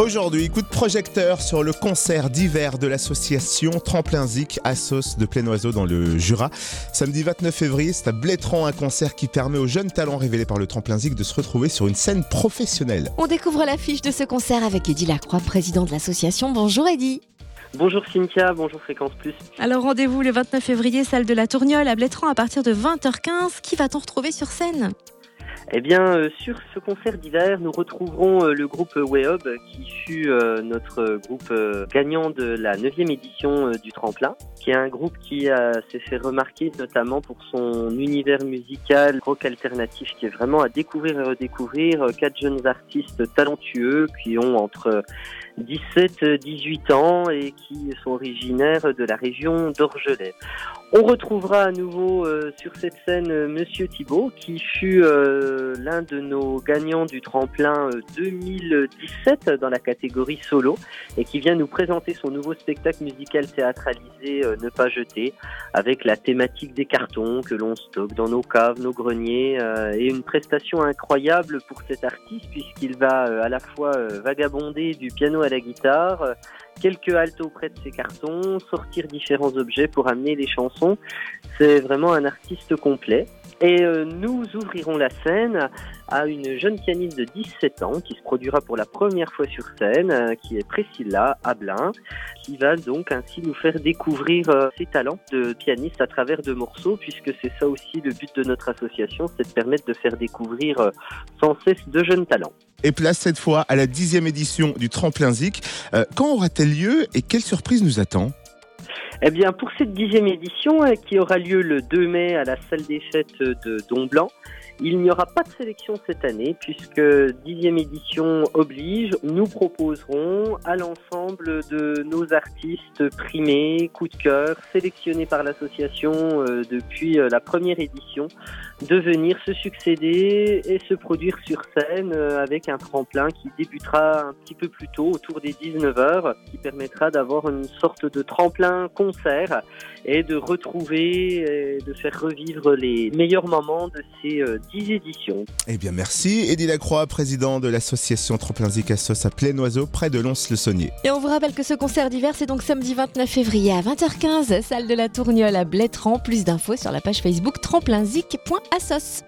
Aujourd'hui, coup de projecteur sur le concert d'hiver de l'association Tremplin Zik Assos de Plaine-Oiseau dans le Jura. Samedi 29 février, c'est à Blétran, un concert qui permet aux jeunes talents révélés par le Tremplin Zik de se retrouver sur une scène professionnelle. On découvre l'affiche de ce concert avec Eddy Lacroix, président de l'association. Bonjour Eddy. Bonjour Cynthia, bonjour Fréquence Plus. Alors rendez-vous le 29 février, salle de la Tourniole à Blétran à partir de 20h15. Qui va-t-on retrouver sur scène ? Eh bien, sur ce concert d'hiver, nous retrouverons le groupe Wehob, qui fut notre groupe gagnant de la 9e édition du Tremplin, qui est un groupe qui s'est fait remarquer notamment pour son univers musical rock alternatif, qui est vraiment à découvrir et redécouvrir. 4 jeunes artistes talentueux qui ont entre 17 et 18 ans et qui sont originaires de la région d'Orgelet. On retrouvera à nouveau sur cette scène Monsieur Thibault, qui fut l'un de nos gagnants du tremplin 2017 dans la catégorie solo et qui vient nous présenter son nouveau spectacle musical théâtralisé Ne pas jeter, avec la thématique des cartons que l'on stocke dans nos caves, nos greniers, et une prestation incroyable pour cet artiste puisqu'il va à la fois vagabonder du piano à la guitare, quelques haltes auprès de ses cartons, sortir différents objets pour amener les chansons. C'est vraiment un artiste complet. Et nous ouvrirons la scène à une jeune pianiste de 17 ans qui se produira pour la première fois sur scène, qui est Priscilla Ablin, qui va donc ainsi nous faire découvrir ses talents de pianiste à travers de morceaux, puisque c'est ça aussi le but de notre association, c'est de permettre de faire découvrir sans cesse de jeunes talents. Et place cette fois à la 10e édition du Tremplin Zik. Quand aura-t-elle lieu et quelle surprise nous attend ? Eh bien, pour cette 10e édition, qui aura lieu le 2 mai à la salle des fêtes de Domblanc, il n'y aura pas de sélection cette année puisque 10e édition oblige. Nous proposerons à l'ensemble de nos artistes primés, coup de cœur, sélectionnés par l'association depuis la première édition, de venir se succéder et se produire sur scène avec un tremplin qui débutera un petit peu plus tôt, autour des 19h, qui permettra d'avoir une sorte de tremplin concert et de retrouver et de faire revivre les meilleurs moments de ces 10 éditions. Eh bien merci Eddy Lacroix, président de l'association Tremplin Zik Assos à Plaine-Oiseau, près de Lons-le-Saunier. Et on vous rappelle que ce concert d'hiver, c'est donc samedi 29 février à 20h15, salle de la Tourniole à Blétran. Plus d'infos sur la page Facebook tremplinzik.assos.